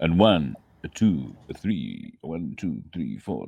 And one, a two, a three, 1, 2, 3, 4.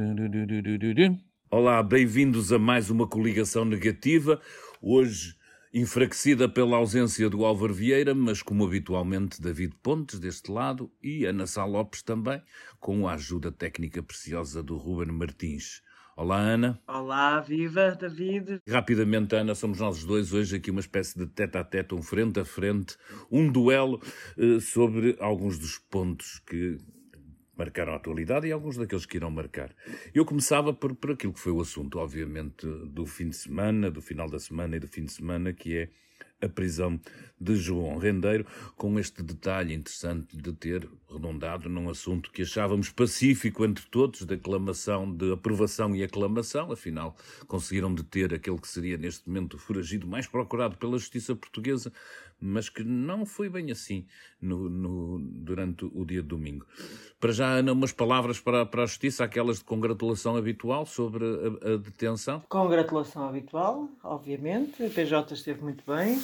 Olá, bem-vindos a mais uma coligação negativa. Hoje enfraquecida pela ausência do Álvaro Vieira, mas como habitualmente David Pontes deste lado e Ana Sá Lopes também, com a ajuda técnica preciosa do Ruben Martins. Olá, Ana. Olá, viva, David. Rapidamente, Ana, somos nós os dois hoje aqui uma espécie de tete-a-tete, um frente a frente, um duelo sobre alguns dos pontos que marcaram a atualidade e alguns daqueles que irão marcar. Eu começava por aquilo que foi o assunto, obviamente, do fim de semana, do final da semana e do fim de semana, que é a prisão de João Rendeiro, com este detalhe interessante de ter redundado num assunto que achávamos pacífico entre todos, de aclamação, de aprovação e aclamação. Afinal, conseguiram deter aquele que seria neste momento o foragido mais procurado pela justiça portuguesa, mas que não foi bem assim durante o dia de domingo. Para já, Ana, umas palavras para a justiça, aquelas de congratulação habitual sobre a detenção? Congratulação habitual, obviamente. A PJ esteve muito bem.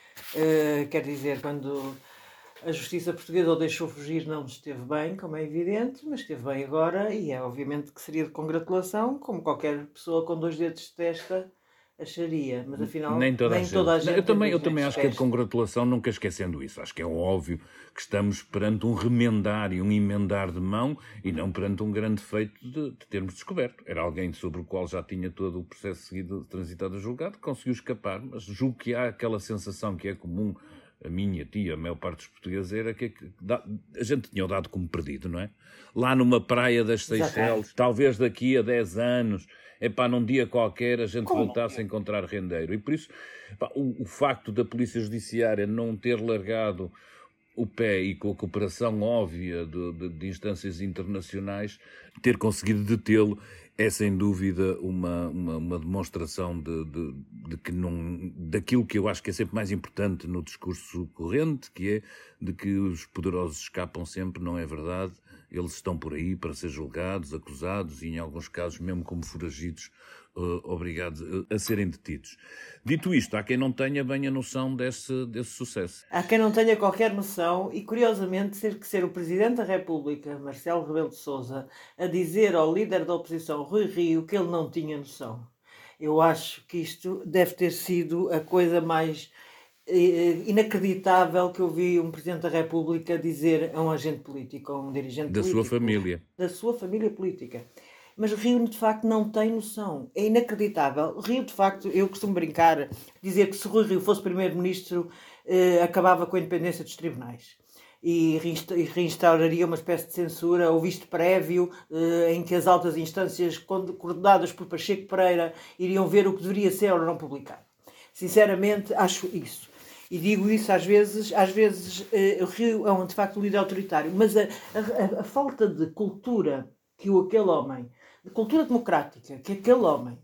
Quer dizer, quando a justiça portuguesa o deixou fugir, não esteve bem, como é evidente, mas esteve bem agora e é obviamente que seria de congratulação, como qualquer pessoa com 2 dedos de testa acharia, mas afinal nem toda a gente. Eu também acho que é de congratulação, nunca esquecendo isso. Acho que é óbvio que estamos perante um remendar e um emendar de mão e não perante um grande feito de termos descoberto. Era alguém sobre o qual já tinha todo o processo seguido transitado a julgado, que conseguiu escapar, mas julgo que há aquela sensação que é comum a minha tia, a maior parte dos portugueses, era que a gente tinha o dado como perdido, não é? Lá numa praia das Seychelles, talvez daqui a 10 anos, num dia qualquer a gente voltasse a encontrar Rendeiro. E por isso, o facto da Polícia Judiciária não ter largado o pé e com a cooperação óbvia de instâncias internacionais, ter conseguido detê-lo, é sem dúvida uma demonstração de que não, daquilo que eu acho que é sempre mais importante no discurso corrente, que é de que os poderosos escapam sempre, não é verdade? Eles estão por aí para ser julgados, acusados e, em alguns casos, mesmo como foragidos, obrigados a serem detidos. Dito isto, há quem não tenha bem a noção desse sucesso. Há quem não tenha qualquer noção e, curiosamente, ter que ser o Presidente da República, Marcelo Rebelo de Sousa, a dizer ao líder da oposição, Rui Rio, que ele não tinha noção. Eu acho que isto deve ter sido a coisa mais inacreditável que eu vi um Presidente da República dizer a um agente político, a um dirigente político. Da sua família. Da sua família política. Mas o Rio, de facto, não tem noção. É inacreditável. O Rio, de facto, eu costumo brincar, dizer que se o Rui Rio fosse Primeiro-Ministro, acabava com a independência dos tribunais. E reinstauraria uma espécie de censura ou visto prévio em que as altas instâncias, coordenadas por Pacheco Pereira, iriam ver o que deveria ser ou não publicado. Sinceramente, acho isso. E digo isso às vezes o Rio é de facto um líder autoritário, mas a falta de cultura que aquele homem, de cultura democrática, que aquele homem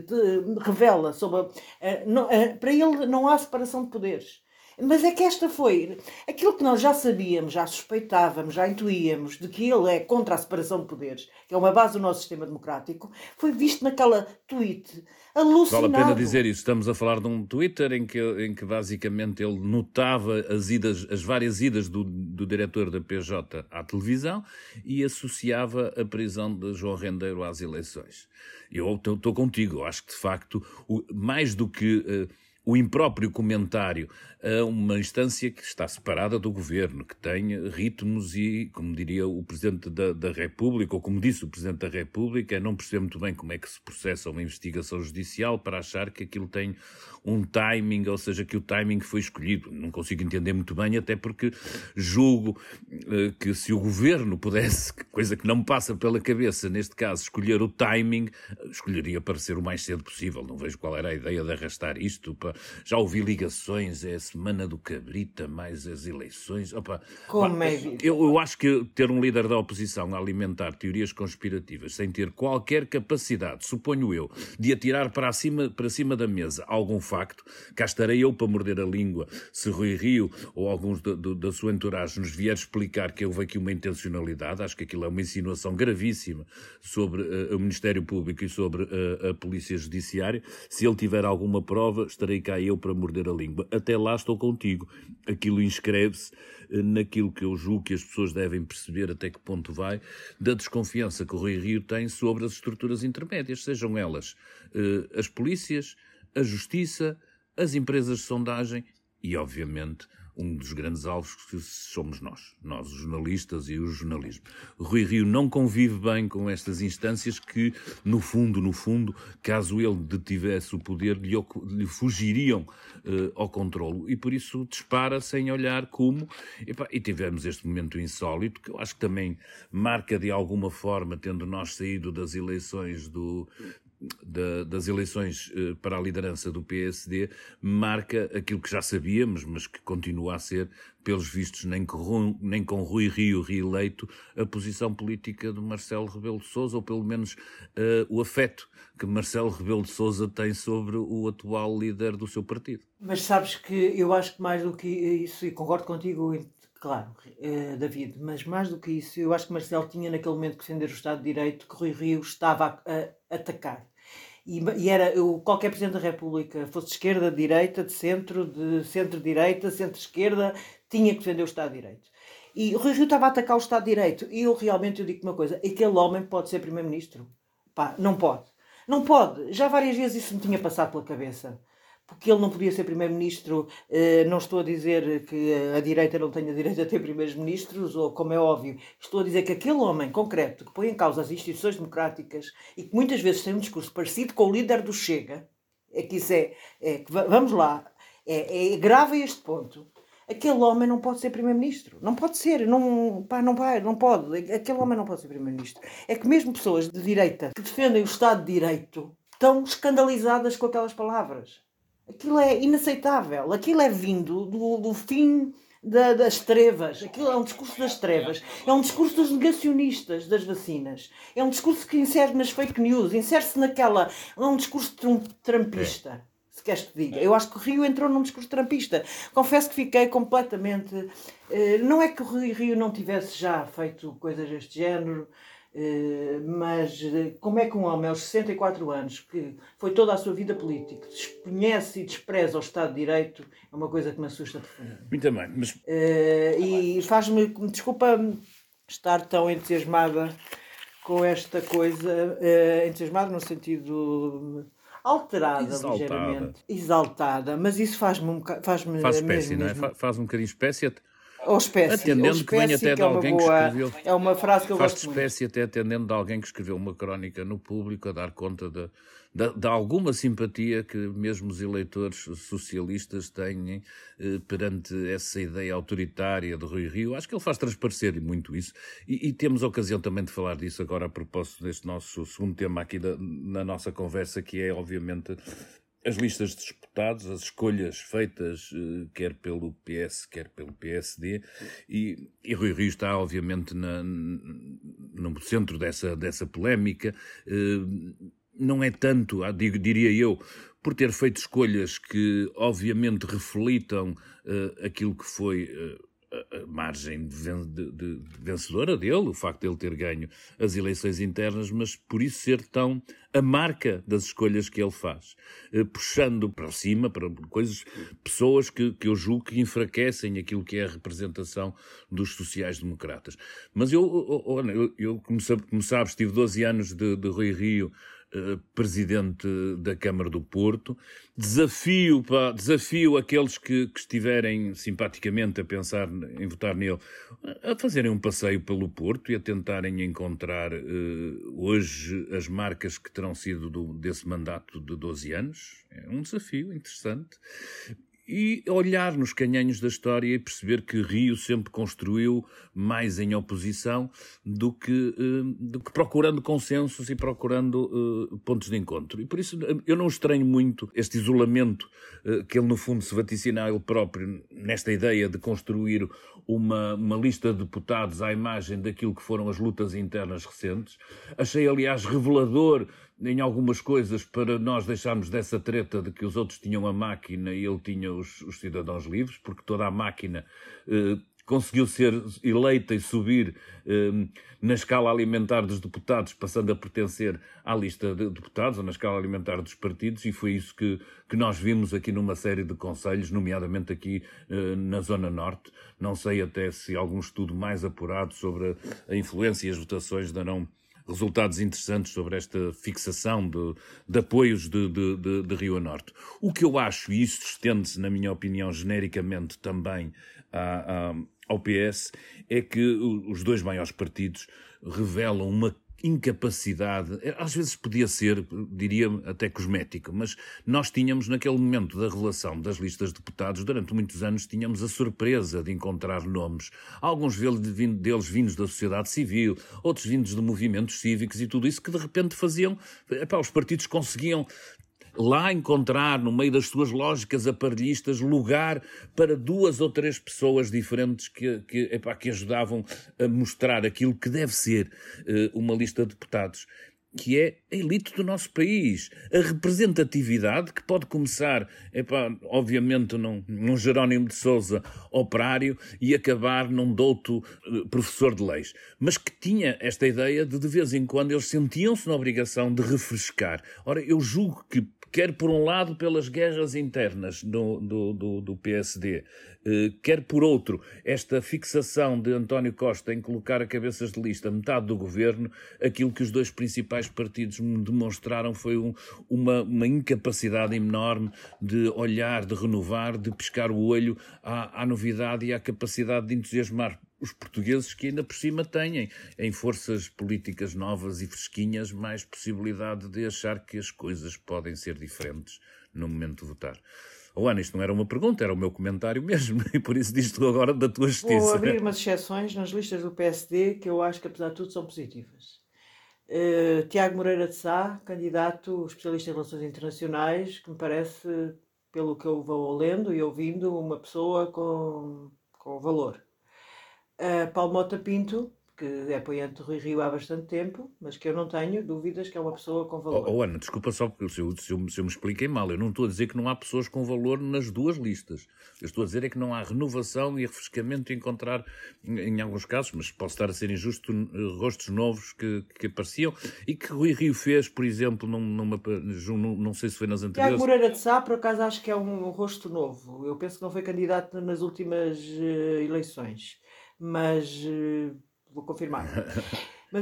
revela sobre para ele não há separação de poderes. Mas é que esta foi aquilo que nós já sabíamos, já suspeitávamos, já intuíamos de que ele é contra a separação de poderes, que é uma base do nosso sistema democrático, foi visto naquela tweet alucinado. Vale a pena dizer isso. Estamos a falar de um Twitter em que basicamente ele notava as várias idas do diretor da PJ à televisão e associava a prisão de João Rendeiro às eleições. Eu estou contigo. Eu acho que, de facto, mais do que o impróprio comentário a uma instância que está separada do governo, que tem ritmos e, como diria o Presidente da República, ou como disse o Presidente da República, não percebo muito bem como é que se processa uma investigação judicial para achar que aquilo tem um timing, ou seja, que o timing foi escolhido. Não consigo entender muito bem, até porque julgo que se o governo pudesse, coisa que não me passa pela cabeça, neste caso, escolher o timing, escolheria para ser o mais cedo possível. Não vejo qual era a ideia de arrastar isto. Já ouvi ligações, é a semana do Cabrita, mais as eleições. Eu acho que ter um líder da oposição a alimentar teorias conspirativas sem ter qualquer capacidade, suponho eu, de atirar para cima da mesa algum facto, cá estarei eu para morder a língua se Rui Rio ou alguns da sua entourage nos vier explicar que houve aqui uma intencionalidade. Acho que aquilo é uma insinuação gravíssima sobre o Ministério Público e sobre a Polícia Judiciária. Se ele tiver alguma prova, estarei e cá eu para morder a língua. Até lá estou contigo. Aquilo inscreve-se naquilo que eu julgo que as pessoas devem perceber até que ponto vai, da desconfiança que o Rui Rio tem sobre as estruturas intermédias, sejam elas as polícias, a justiça, as empresas de sondagem e, obviamente, um dos grandes alvos que somos nós, os jornalistas e o jornalismo. O Rui Rio não convive bem com estas instâncias que, no fundo, caso ele detivesse o poder, lhe fugiriam ao controlo. E por isso dispara sem olhar como... E tivemos este momento insólito, que eu acho que também marca de alguma forma, tendo nós saído das eleições para a liderança do PSD, marca aquilo que já sabíamos, mas que continua a ser, pelos vistos, nem com Rui Rio reeleito, a posição política de Marcelo Rebelo de Sousa, ou pelo menos o afeto que Marcelo Rebelo de Sousa tem sobre o atual líder do seu partido. Mas sabes que eu acho que mais do que isso, e concordo contigo, claro, David, mas mais do que isso, eu acho que Marcelo tinha naquele momento que defender o Estado de Direito, que Rui Rio estava a atacar. E era qualquer Presidente da República, fosse de esquerda, de direita, de centro-direita, centro-esquerda, tinha que defender o Estado de Direito. E o Rui Rio estava a atacar o Estado de Direito. E eu digo uma coisa, aquele homem pode ser Primeiro-Ministro? Pá, não pode. Não pode. Já várias vezes isso me tinha passado pela cabeça. Porque ele não podia ser Primeiro-Ministro, não estou a dizer que a direita não tenha direito a ter Primeiros-Ministros, ou como é óbvio, estou a dizer que aquele homem concreto que põe em causa as instituições democráticas e que muitas vezes tem um discurso parecido com o líder do Chega, vamos lá, é grave a este ponto. Aquele homem não pode ser Primeiro-Ministro. Não pode ser. Não pode. Aquele homem não pode ser Primeiro-Ministro. É que mesmo pessoas de direita que defendem o Estado de Direito estão escandalizadas com aquelas palavras. Aquilo é inaceitável. Aquilo é vindo do fim das trevas. Aquilo é um discurso das trevas. É um discurso dos negacionistas das vacinas. É um discurso que insere nas fake news. Insere-se naquela... É um discurso trumpista. Se queres que diga. Eu acho que o Rio entrou num discurso trumpista. Confesso que fiquei completamente... Não é que o Rio não tivesse já feito coisas deste género... mas como é que um homem aos 64 anos, que foi toda a sua vida política, desconhece e despreza o Estado de Direito, é uma coisa que me assusta profundamente. Muito bem, mas... E faz-me, desculpa estar tão entusiasmada com esta coisa, entusiasmada no sentido alterada, ligeiramente, exaltada, mas isso faz-me faz espécie, não é? Faz um bocadinho espécie. Ou espécie. Atendendo que vem até de alguém que escreveu... É uma frase que eu gosto muito. Faz espécie até atendendo de alguém que escreveu uma crónica no Público a dar conta de alguma simpatia que mesmo os eleitores socialistas têm perante essa ideia autoritária de Rui Rio. Acho que ele faz transparecer muito isso. E temos a ocasião também de falar disso agora a propósito deste nosso segundo tema aqui na nossa conversa, que é, obviamente... as listas de deputados, as escolhas feitas quer pelo PS, quer pelo PSD, e Rui Rio está, obviamente, no centro dessa polémica. Não é tanto, diria eu, por ter feito escolhas que, obviamente, reflitam aquilo que foi... a margem de vencedora dele, o facto de ele ter ganho as eleições internas, mas por isso ser tão a marca das escolhas que ele faz, puxando para cima, para pessoas que eu julgo que enfraquecem aquilo que é a representação dos sociais-democratas. Mas eu como sabes, tive 12 anos de Rui Rio, presidente da Câmara do Porto. Desafio aqueles que estiverem simpaticamente a pensar em votar nele a fazerem um passeio pelo Porto e a tentarem encontrar hoje as marcas que terão sido desse mandato de 12 anos. É um desafio interessante. E olhar nos canhões da história e perceber que Rio sempre construiu mais em oposição do que procurando consensos e procurando pontos de encontro. E por isso eu não estranho muito este isolamento que ele, no fundo, se vaticina a ele próprio nesta ideia de construir uma lista de deputados à imagem daquilo que foram as lutas internas recentes. Achei, aliás, revelador em algumas coisas para nós deixarmos dessa treta de que os outros tinham a máquina e ele tinha os cidadãos livres, porque toda a máquina conseguiu ser eleita e subir na escala alimentar dos deputados, passando a pertencer à lista de deputados, ou na escala alimentar dos partidos, e foi isso que nós vimos aqui numa série de concelhos, nomeadamente aqui na Zona Norte. Não sei até se algum estudo mais apurado sobre a influência e as votações darão resultados interessantes sobre esta fixação de apoios de Rio a Norte. O que eu acho, e isso estende-se, na minha opinião, genericamente também ao PS, é que os dois maiores partidos revelam uma incapacidade, às vezes podia ser, diria, até cosmética, mas nós tínhamos, naquele momento da revelação das listas de deputados, durante muitos anos tínhamos a surpresa de encontrar nomes, alguns deles vindos da sociedade civil, outros vindos de movimentos cívicos e tudo isso, que de repente faziam, os partidos conseguiam lá encontrar, no meio das suas lógicas aparelhistas, lugar para 2 ou 3 pessoas diferentes que ajudavam a mostrar aquilo que deve ser uma lista de deputados, que é a elite do nosso país. A representatividade, que pode começar, obviamente, num Jerónimo de Sousa operário e acabar num douto professor de leis, mas que tinha esta ideia de vez em quando, eles sentiam-se na obrigação de refrescar. Ora, eu julgo que, quer por um lado pelas guerras internas do PSD, quer por outro, esta fixação de António Costa em colocar a cabeças de lista metade do governo, aquilo que os dois principais partidos demonstraram foi uma incapacidade enorme de olhar, de renovar, de piscar o olho à novidade e à capacidade de entusiasmar os portugueses, que ainda por cima têm, em forças políticas novas e fresquinhas, mais possibilidade de achar que as coisas podem ser diferentes no momento de votar. Ana, isto não era uma pergunta, era o meu comentário mesmo, e por isso diz-te agora da tua justiça. Vou abrir umas exceções nas listas do PSD, que eu acho que, apesar de tudo, são positivas. Tiago Moreira de Sá, candidato especialista em relações internacionais, que me parece, pelo que eu vou lendo e ouvindo, uma pessoa com valor. Paulo Mota Pinto, que é apoiante do Rui Rio há bastante tempo, mas que eu não tenho dúvidas que é uma pessoa com valor. Ana, desculpa só, porque se eu me expliquei mal, eu não estou a dizer que não há pessoas com valor nas duas listas. Eu estou a dizer é que não há renovação e refrescamento a encontrar, em alguns casos, mas posso estar a ser injusto, rostos novos que apareciam e que Rui Rio fez, por exemplo, não sei se foi nas anteriores. Tiago Moreira de Sá, por acaso, acho que é um rosto novo. Eu penso que não foi candidato nas últimas eleições, mas vou confirmar. Mas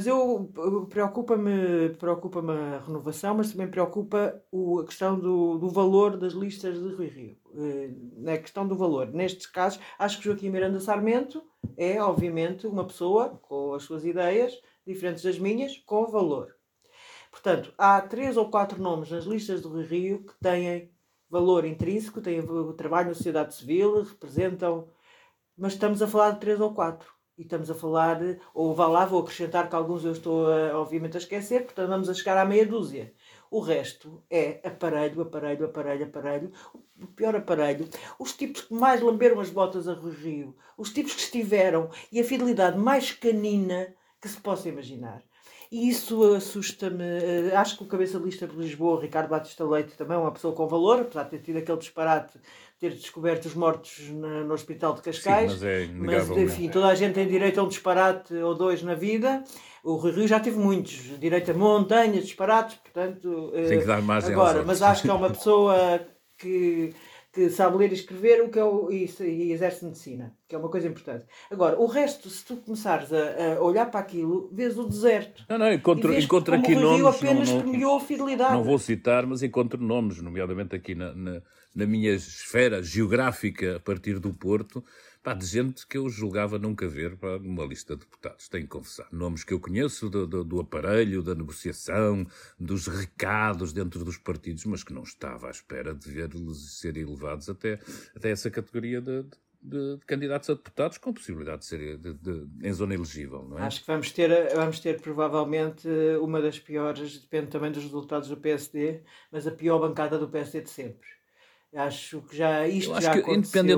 preocupa-me a renovação, mas também preocupa a questão do valor das listas de Rui Rio. Na questão do valor, nestes casos, acho que Joaquim Miranda Sarmento é, obviamente, uma pessoa com as suas ideias, diferentes das minhas, com valor. Portanto, há 3 ou 4 nomes nas listas do Rui Rio que têm valor intrínseco, têm trabalho na sociedade civil, representam... Mas estamos a falar de 3 ou 4. E estamos a falar, vou acrescentar que alguns eu estou, obviamente, a esquecer, portanto vamos a chegar à meia dúzia. O resto é aparelho. O pior aparelho. Os tipos que mais lamberam as botas a Rui Rio. Os tipos que estiveram e a fidelidade mais canina que se possa imaginar. E isso assusta-me. Acho que o cabeça de lista de Lisboa, Ricardo Batista Leite, também é uma pessoa com valor, apesar de ter tido aquele disparate, ter descoberto os mortos no hospital de Cascais. Sim, mas enfim, toda a gente tem direito a um disparate ou 2 na vida. O Rui Rio já teve muitos, direito a montanhas, disparates, portanto... Tem que dar margem agora, mas acho que é uma pessoa que sabe ler e escrever e exerce medicina, que é uma coisa importante. Agora, o resto, se tu começares a olhar para aquilo, vês o deserto. Encontro aqui nomes... O Rio apenas premiou a fidelidade. Não vou citar, mas encontro nomes, nomeadamente aqui na minha esfera geográfica, a partir do Porto, de gente que eu julgava nunca ver numa lista de deputados. Tenho que confessar. Nomes que eu conheço do aparelho, da negociação, dos recados dentro dos partidos, mas que não estava à espera de ver-los serem elevados até essa categoria de candidatos a deputados com possibilidade de ser em zona elegível, não é? Acho que vamos ter provavelmente uma das piores, depende também dos resultados do PSD, mas a pior bancada do PSD de sempre. Acho que isto já aconteceu.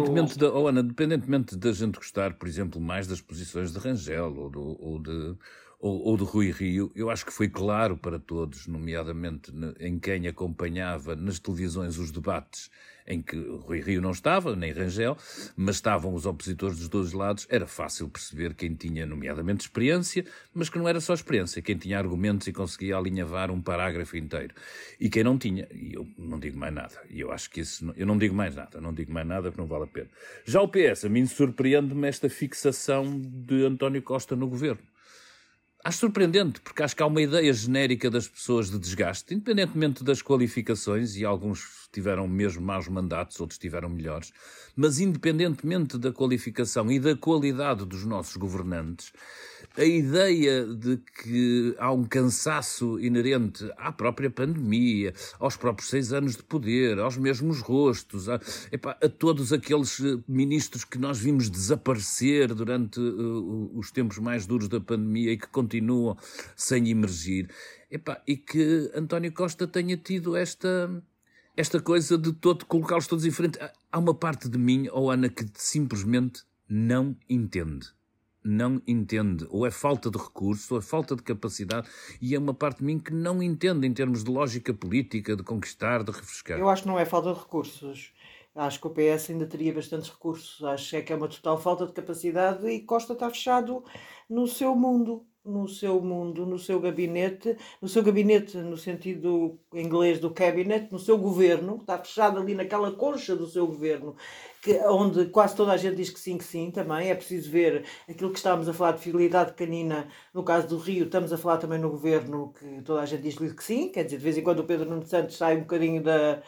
Independentemente da gente gostar, por exemplo, mais das posições de Rangel ou ou de Rui Rio, eu acho que foi claro para todos, nomeadamente em quem acompanhava nas televisões os debates em que Rui Rio não estava, nem Rangel, mas estavam os opositores dos dois lados. Era fácil perceber quem tinha, nomeadamente, experiência, mas que não era só experiência, quem tinha argumentos e conseguia alinhavar um parágrafo inteiro. E quem não tinha, e eu não digo mais nada. E eu acho que isso, eu não digo mais nada porque não vale a pena. Já o PS, a mim surpreende-me esta fixação de António Costa no governo. Acho surpreendente, porque acho que há uma ideia genérica das pessoas de desgaste, independentemente das qualificações, e alguns tiveram mesmo maus mandatos, outros tiveram melhores, mas independentemente da qualificação e da qualidade dos nossos governantes, a ideia de que há um cansaço inerente à própria pandemia, aos próprios 6 anos de poder, aos mesmos rostos, a todos aqueles ministros que nós vimos desaparecer durante os tempos mais duros da pandemia e que continuam sem emergir, e que António Costa tenha tido esta coisa de colocá-los todos em frente. Há uma parte de mim, Ana, que simplesmente não entende. Não entende, ou é falta de recurso, ou é falta de capacidade, e é uma parte de mim que não entende em termos de lógica política, de conquistar, de refrescar. Eu acho que não é falta de recursos. Acho que o PS ainda teria bastantes recursos. Acho que é uma total falta de capacidade e Costa está fechado no seu mundo, no seu gabinete no sentido inglês do cabinet, no seu governo, está fechado ali naquela concha do seu governo, onde quase toda a gente diz que sim, também. É preciso ver aquilo que estávamos a falar de fidelidade canina, no caso do Rio, estamos a falar também no governo, que toda a gente diz-lhe que sim, quer dizer, de vez em quando o Pedro Nuno Santos sai um bocadinho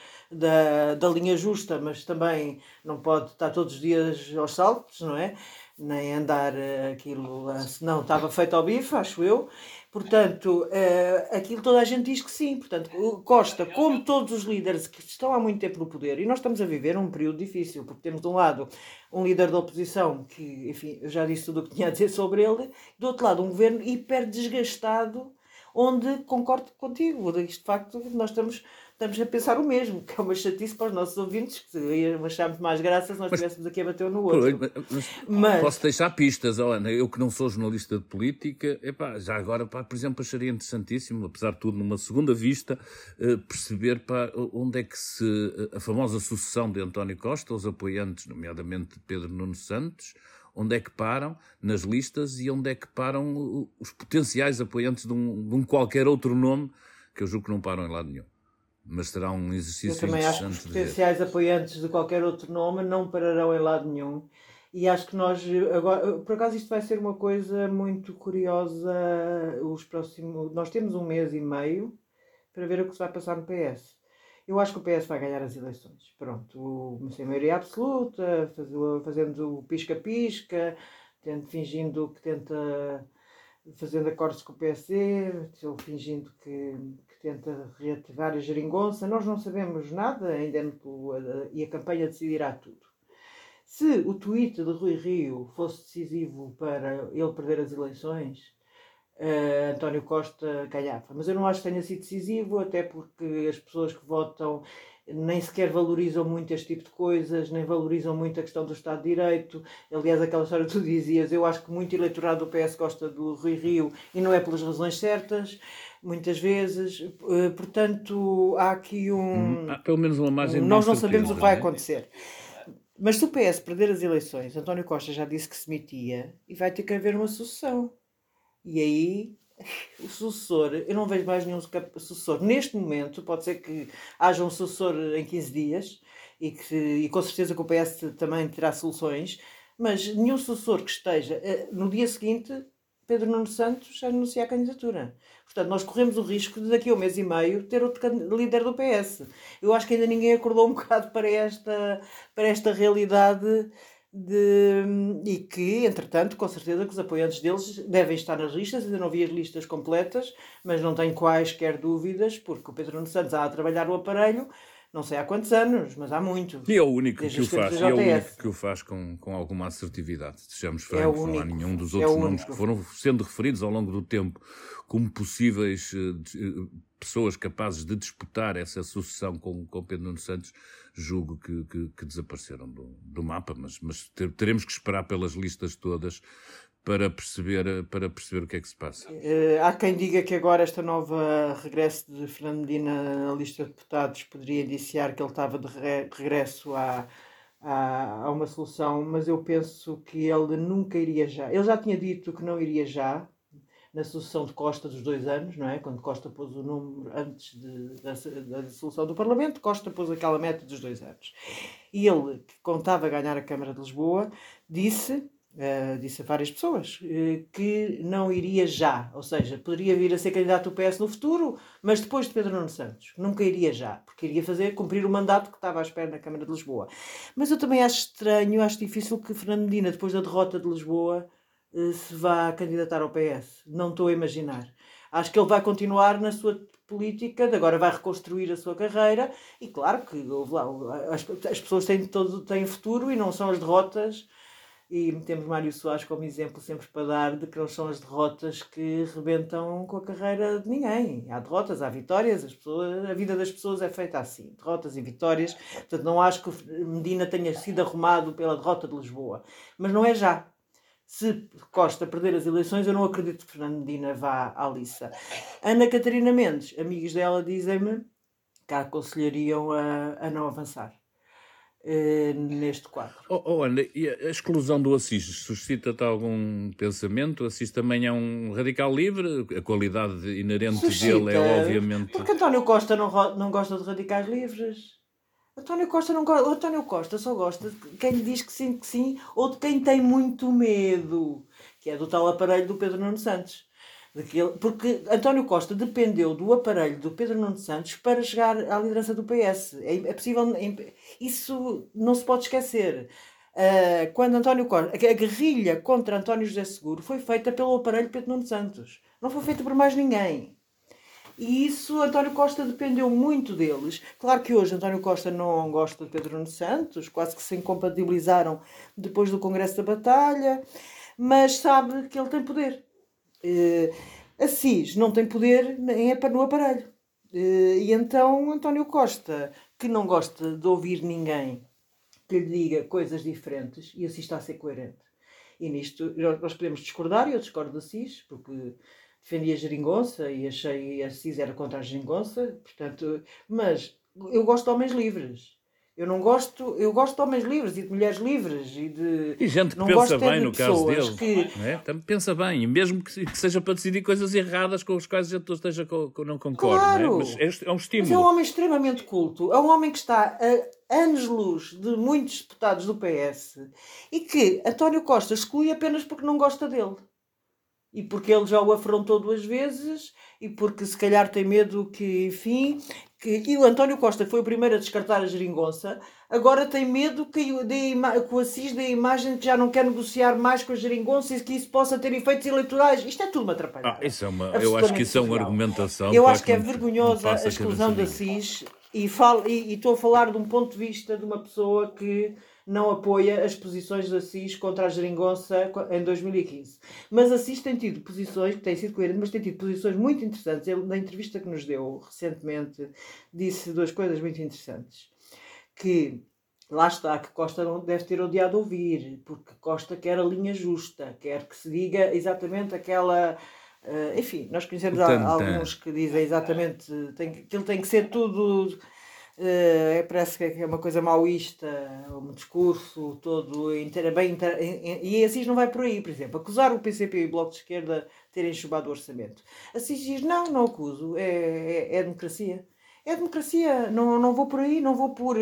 da linha justa, mas também não pode estar todos os dias aos saltos, não é? Nem andar aquilo, senão estava feito ao bife, acho eu. Portanto, aquilo toda a gente diz que sim. Portanto, Costa, como todos os líderes que estão há muito tempo no poder, e nós estamos a viver um período difícil, porque temos de um lado um líder da oposição que, enfim, eu já disse tudo o que tinha a dizer sobre ele, do outro lado um governo hiper desgastado, onde concordo contigo, de facto nós estamos a pensar o mesmo, que é uma chatice para os nossos ouvintes, que iam achar muito mais graça se nós estivéssemos aqui a bater um no outro. Mas posso deixar pistas, Ana, eu que não sou jornalista de política, já agora, por exemplo, acharia interessantíssimo, apesar de tudo, numa segunda vista, perceber onde é que a famosa sucessão de António Costa, os apoiantes, nomeadamente Pedro Nuno Santos, onde é que param nas listas e onde é que param os potenciais apoiantes de um qualquer outro nome, que eu julgo que não param em lado nenhum. Mas será um exercício interessante. Eu também acho que os potenciais apoiantes de qualquer outro nome não pararão em lado nenhum. E acho que nós, agora, por acaso isto vai ser uma coisa muito curiosa, nós temos 1 mês e meio para ver o que se vai passar no PS. Eu acho que o PS vai ganhar as eleições. Pronto, sem maioria absoluta, fazendo o pisca-pisca, fingindo que tenta, fazendo acordos com o PSD, ou fingindo que tenta reativar a geringonça. Nós não sabemos nada, ainda e a campanha decidirá tudo. Se o tweet de Rui Rio fosse decisivo para ele perder as eleições, António Costa ganhava. Mas eu não acho que tenha sido decisivo, até porque as pessoas que votam nem sequer valorizam muito este tipo de coisas, nem valorizam muito a questão do Estado de Direito. Aliás, aquela história que tu dizias, eu acho que muito eleitorado do PS gosta do Rui Rio e não é pelas razões certas, muitas vezes. Portanto, há aqui pelo menos uma margem. Nós não sabemos o que vai acontecer. Mas se o PS perder as eleições, António Costa já disse que se metia e vai ter que haver uma sucessão. E aí, o sucessor, eu não vejo mais nenhum sucessor. Neste momento, pode ser que haja um sucessor em 15 dias e com certeza que o PS também terá soluções, mas nenhum sucessor que esteja no dia seguinte, Pedro Nuno Santos anuncia a candidatura. Portanto, nós corremos o risco de daqui a 1 mês e meio ter outro líder do PS. Eu acho que ainda ninguém acordou um bocado para esta realidade e que, entretanto, com certeza que os apoiantes deles devem estar nas listas. Ainda não vi as listas completas, mas não tenho quaisquer dúvidas, porque o Pedro Nuno Santos há a trabalhar o aparelho, não sei há quantos anos, mas há muitos. E é o único que o faz com alguma assertividade. Sejamos francos, não há nenhum dos outros nomes que foram sendo referidos ao longo do tempo como possíveis pessoas capazes de disputar essa sucessão com Pedro Nuno Santos, julgo que desapareceram do mapa, mas teremos que esperar pelas listas todas para perceber o que é que se passa. Há quem diga que agora esta nova regresso de Fernando Medina na lista de deputados poderia indiciar que ele estava de regresso a uma solução, mas eu penso que ele nunca iria já. Ele já tinha dito que não iria já, na sucessão de Costa dos 2 anos, não é? Quando Costa pôs o número antes da dissolução do Parlamento, Costa pôs aquela meta dos 2 anos. E ele, que contava ganhar a Câmara de Lisboa, disse a várias pessoas que não iria já, ou seja, poderia vir a ser candidato do PS no futuro, mas depois de Pedro Nuno Santos, nunca iria já, porque iria cumprir o mandato que estava à espera na Câmara de Lisboa. Mas eu também acho estranho, acho difícil que Fernando Medina, depois da derrota de Lisboa, se vá candidatar ao PS. Não estou a imaginar. Acho que ele vai continuar na sua política, agora vai reconstruir a sua carreira, e claro que as pessoas têm futuro e não são as derrotas, e temos Mário Soares como exemplo sempre para dar de que não são as derrotas que rebentam com a carreira de ninguém. Há derrotas, há vitórias, a vida das pessoas é feita assim, derrotas e vitórias. Portanto, não acho que Medina tenha sido arrumado pela derrota de Lisboa, mas não é já. Se Costa perder as eleições, eu não acredito que Fernando Medina vá à liça. Ana Catarina Mendes, amigos dela, dizem-me que a aconselhariam a não avançar neste quadro. Ana, e a exclusão do Assis suscita-te algum pensamento? O Assis também é um radical livre? A qualidade inerente dele é obviamente... Porque António Costa não gosta de radicais livres. António Costa só gosta de quem lhe diz que sim, ou de quem tem muito medo, que é do tal aparelho do Pedro Nuno Santos. Porque António Costa dependeu do aparelho do Pedro Nuno Santos para chegar à liderança do PS. É possível, isso não se pode esquecer. Quando António Costa, a guerrilha contra António José Seguro foi feita pelo aparelho Pedro Nuno Santos. Não foi feita por mais ninguém. E isso, António Costa dependeu muito deles. Claro que hoje António Costa não gosta de Pedro Nuno Santos, quase que se incompatibilizaram depois do Congresso da Batalha, mas sabe que ele tem poder. Assis não tem poder no aparelho. E então António Costa, que não gosta de ouvir ninguém que lhe diga coisas diferentes, e Assis está a ser coerente. E nisto nós podemos discordar, e eu discordo de Assis, porque defendi a geringonça e achei que Assis era contra a geringonça, portanto, mas eu gosto de homens livres. Eu gosto de homens livres e de mulheres livres e gente que não pensa bem no caso deles. Que... pensa bem, e mesmo que seja para decidir coisas erradas com as quais a gente não concorda. Claro. Mas é um estímulo. Mas é um homem extremamente culto, é um homem que está a anos-luz de muitos deputados do PS e que António Costa exclui apenas porque não gosta dele. E porque ele já o afrontou 2 vezes, e porque se calhar tem medo que, enfim... E o António Costa foi o primeiro a descartar a geringonça, agora tem medo que o Assis dê a imagem de que já não quer negociar mais com a geringonça e que isso possa ter efeitos eleitorais. Isto é tudo uma atrapalhada. Eu acho que isso é uma argumentação... Eu acho que é vergonhosa a exclusão de Assis, e estou a falar de um ponto de vista de uma pessoa que não apoia as posições de Assis contra a geringonça em 2015. Mas Assis tem tido posições, que têm sido coerentes, mas tem tido posições muito interessantes. Ele, na entrevista que nos deu recentemente, disse 2 coisas muito interessantes. Que, lá está, que Costa não deve ter odiado ouvir, porque Costa quer a linha justa, quer que se diga exatamente aquela... enfim, nós conhecemos alguns que dizem exatamente que ele tem que ser tudo... parece que é uma coisa maoísta, um discurso todo e Assis não vai por aí, por exemplo, acusar o PCP e o Bloco de Esquerda de terem enxugado o orçamento. Assis diz, não acuso, é democracia. É democracia, não vou por aí, não vou por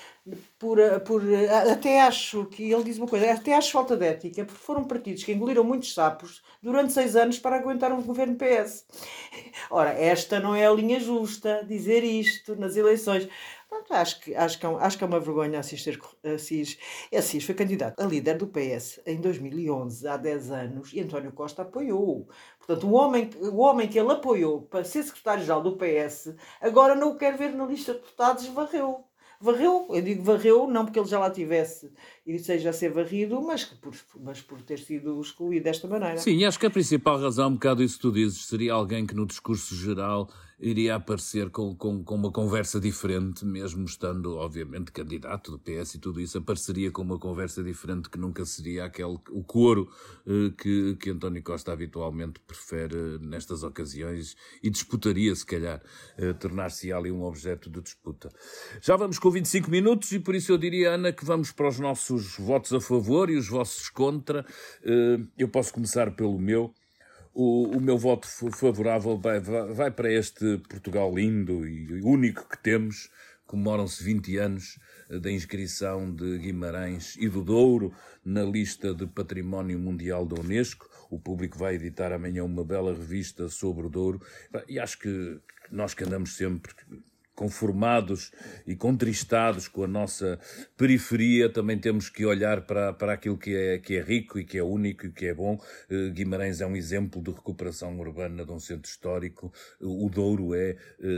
até acho que ele diz uma coisa, até acho falta de ética, porque foram partidos que engoliram muitos sapos durante 6 anos para aguentar um governo PS. Ora, esta não é a linha justa, dizer isto nas eleições. Pronto, acho que é uma vergonha Assis foi candidato a líder do PS em 2011, há 10 anos, e António Costa apoiou. Portanto, o homem que ele apoiou para ser secretário-geral do PS, agora não o quer ver na lista de deputados, varreu. Eu digo varreu, não porque ele já lá tivesse e seja a ser varrido, mas por ter sido excluído desta maneira. Sim, e acho que a principal razão, um bocado isso que tu dizes, seria alguém que no discurso geral iria aparecer com uma conversa diferente, mesmo estando, obviamente, candidato do PS e tudo isso, apareceria com uma conversa diferente que nunca seria o coro que António Costa habitualmente prefere nestas ocasiões e disputaria, se calhar, tornar-se ali um objeto de disputa. Já vamos com 25 minutos e por isso eu diria, Ana, que vamos para os nossos votos a favor e os vossos contra. Eu posso começar pelo meu. O meu voto favorável vai para este Portugal lindo e único que temos. Comemoram-se 20 anos da inscrição de Guimarães e do Douro na lista de Património Mundial da Unesco. O Público vai editar amanhã uma bela revista sobre o Douro. E acho que nós que andamos sempre conformados e contristados com a nossa periferia, também temos que olhar para aquilo que é rico e que é único e que é bom. Guimarães é um exemplo de recuperação urbana de um centro histórico. O Douro é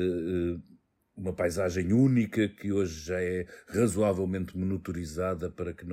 uma paisagem única que hoje já é razoavelmente monitorizada para que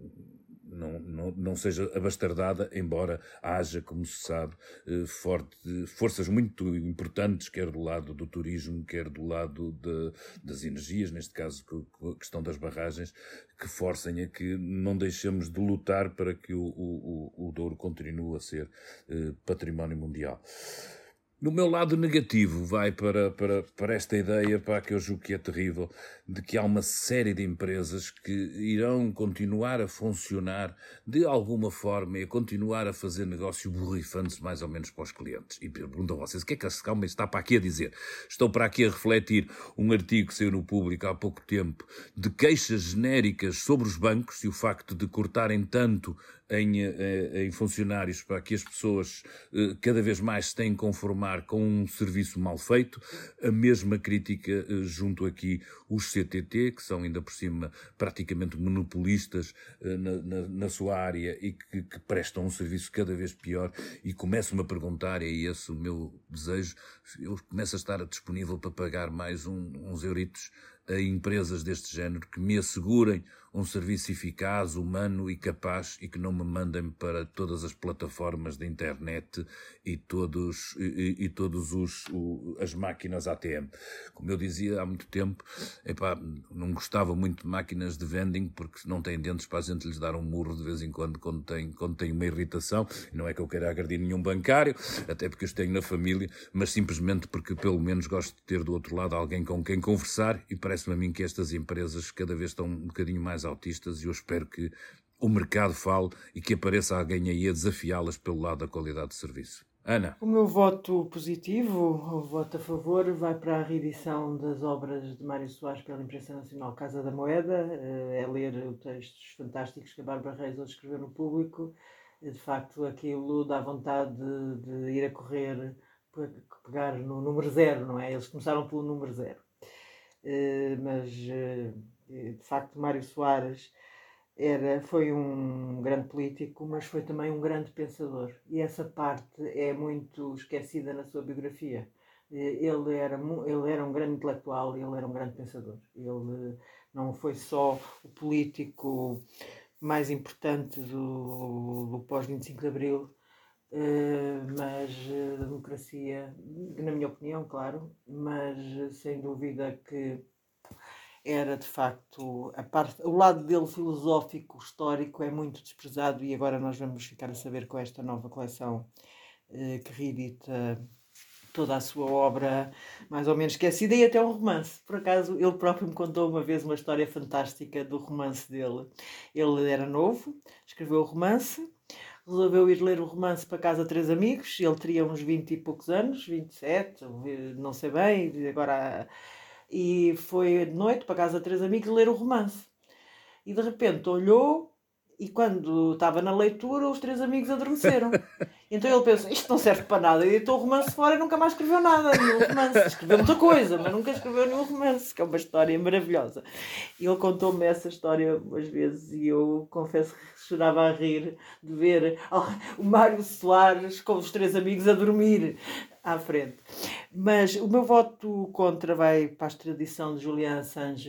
não seja abastardada, embora haja, como se sabe, forças muito importantes, quer do lado do turismo, quer do lado das energias, neste caso a questão das barragens, que forcem a que não deixemos de lutar para que o Douro continue a ser património mundial. No meu lado negativo vai para esta ideia, que eu julgo que é terrível, de que há uma série de empresas que irão continuar a funcionar de alguma forma e a continuar a fazer negócio borrifando-se mais ou menos para os clientes. E perguntam a vocês, o que é que a Calma está para aqui a dizer? Estou para aqui a refletir um artigo que saiu no Público há pouco tempo de queixas genéricas sobre os bancos e o facto de cortarem tanto em funcionários para que as pessoas cada vez mais se têm que conformar com um serviço mal feito. A mesma crítica junto aqui os CTT, que são ainda por cima praticamente monopolistas na sua área e que prestam um serviço cada vez pior, e começo-me a perguntar, é esse o meu desejo, eu começo a estar disponível para pagar mais uns euritos a empresas deste género que me assegurem um serviço eficaz, humano e capaz e que não me mandem para todas as plataformas da internet e todas as máquinas ATM. Como eu dizia há muito tempo, não gostava muito de máquinas de vending porque não têm dentes para a gente lhes dar um murro de vez em quando tem uma irritação. Não é que eu queira agredir nenhum bancário, até porque os tenho na família, mas simplesmente porque pelo menos gosto de ter do outro lado alguém com quem conversar, e parece-me a mim que estas empresas cada vez estão um bocadinho mais autistas e eu espero que o mercado fale e que apareça alguém aí a desafiá-las pelo lado da qualidade de serviço. Ana? O meu voto positivo, o voto a favor, vai para a reedição das obras de Mário Soares pela imprensa nacional Casa da Moeda. É ler os textos fantásticos que a Bárbara Reis hoje escreveu no Público. De facto, aquilo dá vontade de ir a correr para pegar no número 0, não é? Eles começaram pelo número 0. Mas, de facto, Mário Soares foi um grande político, mas foi também um grande pensador. E essa parte é muito esquecida na sua biografia. Ele era um grande intelectual e ele era um grande pensador. Ele não foi só o político mais importante do pós-25 de Abril, mas a democracia, na minha opinião, claro, mas sem dúvida que era de facto o lado dele filosófico, histórico, é muito desprezado, e agora nós vamos ficar a saber com esta nova coleção que reedita toda a sua obra mais ou menos esquecida, e até um romance. Por acaso, ele próprio me contou uma vez uma história fantástica do romance dele. Ele era novo, escreveu o romance, resolveu ir ler o romance para casa de 3 amigos, ele teria uns 20 e poucos anos, 27, não sei bem, agora... E foi de noite para casa de 3 amigos ler o romance. E de repente olhou, e quando estava na leitura, os 3 amigos adormeceram. Então ele pensou, isto não serve para nada. E deitou o romance fora e nunca mais escreveu nada, nenhum romance. Escreveu muita coisa, mas nunca escreveu nenhum romance, que é uma história maravilhosa. E ele contou-me essa história umas vezes e eu confesso que chorava a rir de ver o Mário Soares com os 3 amigos a dormir à frente. Mas o meu voto contra vai para a extradição de Julian Assange,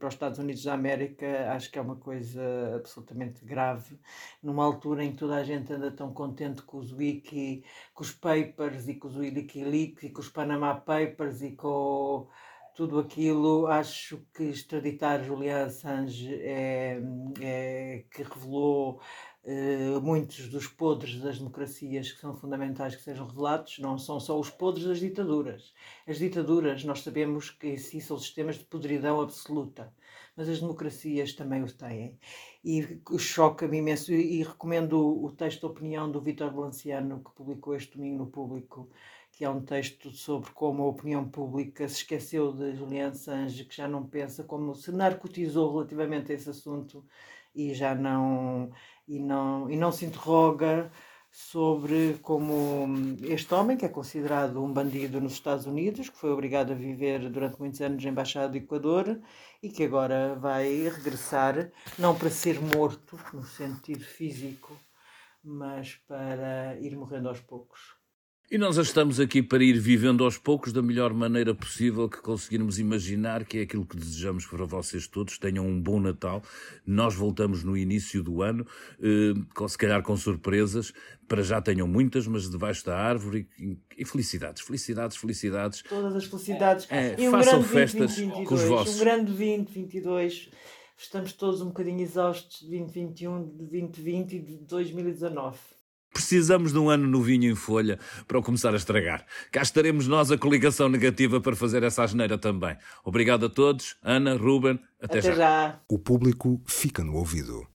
para os Estados Unidos da América, acho que é uma coisa absolutamente grave, numa altura em que toda a gente anda tão contente com os com os papers e com os Wikileaks e com os Panama Papers e com tudo aquilo. Acho que extraditar Julian Assange que revelou muitos dos podres das democracias que são fundamentais que sejam revelados. Não são só os podres das ditaduras. As ditaduras, nós sabemos que sim, são sistemas de podridão absoluta, mas as democracias também o têm. E choca-me imenso, e recomendo o texto de opinião do Vítor Balanciano, que publicou este domingo no Público, que é um texto sobre como a opinião pública se esqueceu de Julian Assange, que já não pensa, como se narcotizou relativamente a esse assunto e já não se interroga sobre como este homem, que é considerado um bandido nos Estados Unidos, que foi obrigado a viver durante muitos anos na Embaixada do Equador e que agora vai regressar, não para ser morto no sentido físico, mas para ir morrendo aos poucos. E nós já estamos aqui para ir vivendo aos poucos da melhor maneira possível que conseguirmos imaginar, que é aquilo que desejamos para vocês todos. Tenham um bom Natal. Nós voltamos no início do ano, se calhar com surpresas. Para já tenham muitas, mas debaixo da árvore. E felicidades, felicidades, felicidades. Todas as felicidades. E façam festas 2022, com os vossos. Um grande 2022. Estamos todos um bocadinho exaustos de 2021, de 2020 e de 2019. Precisamos de um ano novinho em folha para o começar a estragar. Cá estaremos nós, a coligação negativa, para fazer essa asneira também. Obrigado a todos. Ana, Ruben, até já. O Público fica no ouvido.